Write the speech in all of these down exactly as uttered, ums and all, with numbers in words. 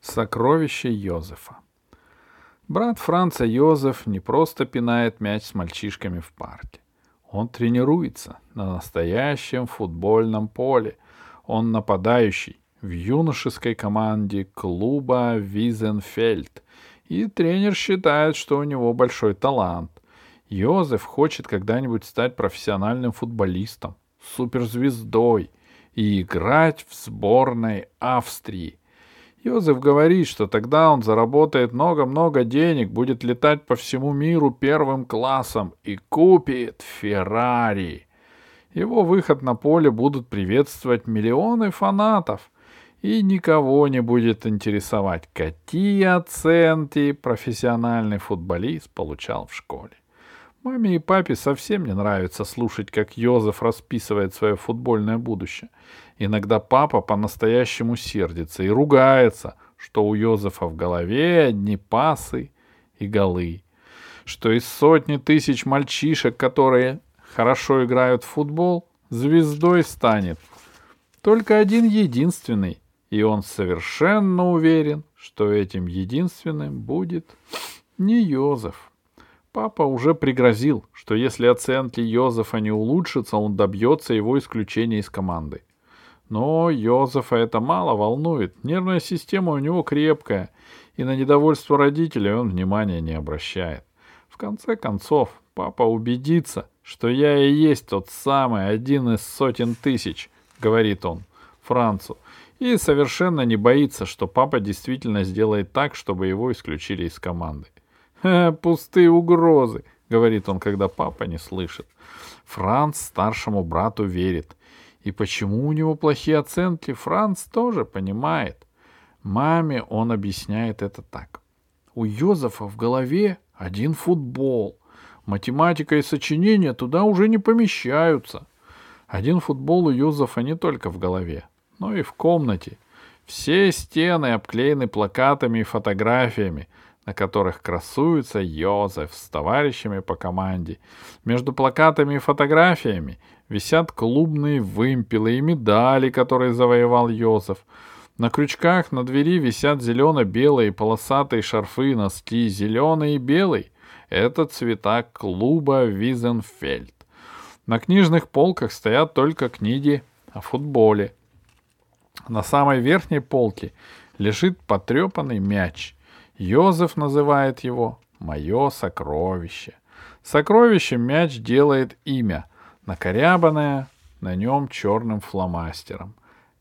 Сокровище Йозефа. Брат Франца Йозеф не просто пинает мяч с мальчишками в парке. Он тренируется на настоящем футбольном поле. Он нападающий в юношеской команде клуба Визенфельд. И тренер считает, что у него большой талант. Йозеф хочет когда-нибудь стать профессиональным футболистом, суперзвездой и играть в сборной Австрии. Йозеф говорит, что тогда он заработает много-много денег, будет летать по всему миру первым классом и купит Феррари. Его выход на поле будут приветствовать миллионы фанатов, и никого не будет интересовать, какие оценки профессиональный футболист получал в школе. Маме и папе совсем не нравится слушать, как Йозеф расписывает свое футбольное будущее. Иногда папа по-настоящему сердится и ругается, что у Йозефа в голове одни пасы и голы, что из сотни тысяч мальчишек, которые хорошо играют в футбол, звездой станет только один единственный, и он совершенно уверен, что этим единственным будет не Йозеф. Папа уже пригрозил, что если оценки Йозефа не улучшатся, он добьется его исключения из команды. Но Йозефа это мало волнует, нервная система у него крепкая, и на недовольство родителей он внимания не обращает. В конце концов, папа убедится, что я и есть тот самый один из сотен тысяч, говорит он Францу, и совершенно не боится, что папа действительно сделает так, чтобы его исключили из команды. «Пустые угрозы», — говорит он, когда папа не слышит. Франц старшему брату верит. И почему у него плохие оценки, Франц тоже понимает. Маме он объясняет это так. У Йозефа в голове один футбол. Математика и сочинения туда уже не помещаются. Один футбол у Йозефа не только в голове, но и в комнате. Все стены обклеены плакатами и фотографиями, на которых красуется Йозеф с товарищами по команде. Между плакатами и фотографиями висят клубные вымпелы и медали, которые завоевал Йозеф. На крючках на двери висят зелено-белые полосатые шарфы и носки. Зеленый и белый — это цвета клуба Визенфельд. На книжных полках стоят только книги о футболе. На самой верхней полке лежит потрепанный мяч. Йозеф называет его «моё сокровище». Сокровищем мяч делает имя, накорябанное на нем черным фломастером.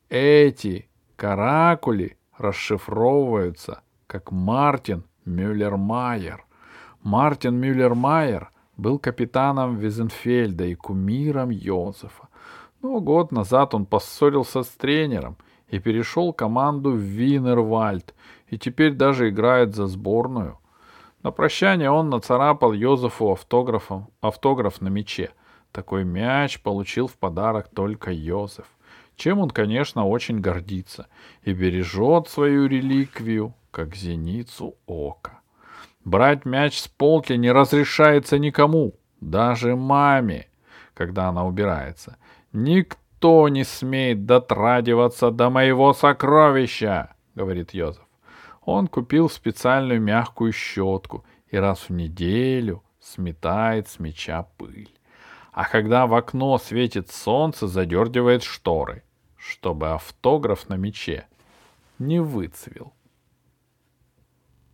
Эти каракули расшифровываются как Мартин Мюллер-Майер. Мартин Мюллер-Майер был капитаном Визенфельда и кумиром Йозефа. Но год назад он поссорился с тренером и перешел команду в Винервальд, и теперь даже играет за сборную. На прощание он нацарапал Йозефу автографом, автограф на мяче. Такой мяч получил в подарок только Йозеф, чем он, конечно, очень гордится и бережет свою реликвию, как зеницу ока. Брать мяч с полки не разрешается никому, даже маме, когда она убирается. «Никто не смеет дотрагиваться до моего сокровища», — говорит Йозеф. Он купил специальную мягкую щетку и раз в неделю сметает с мяча пыль. А когда в окно светит солнце, задергивает шторы, чтобы автограф на мяче не выцвел.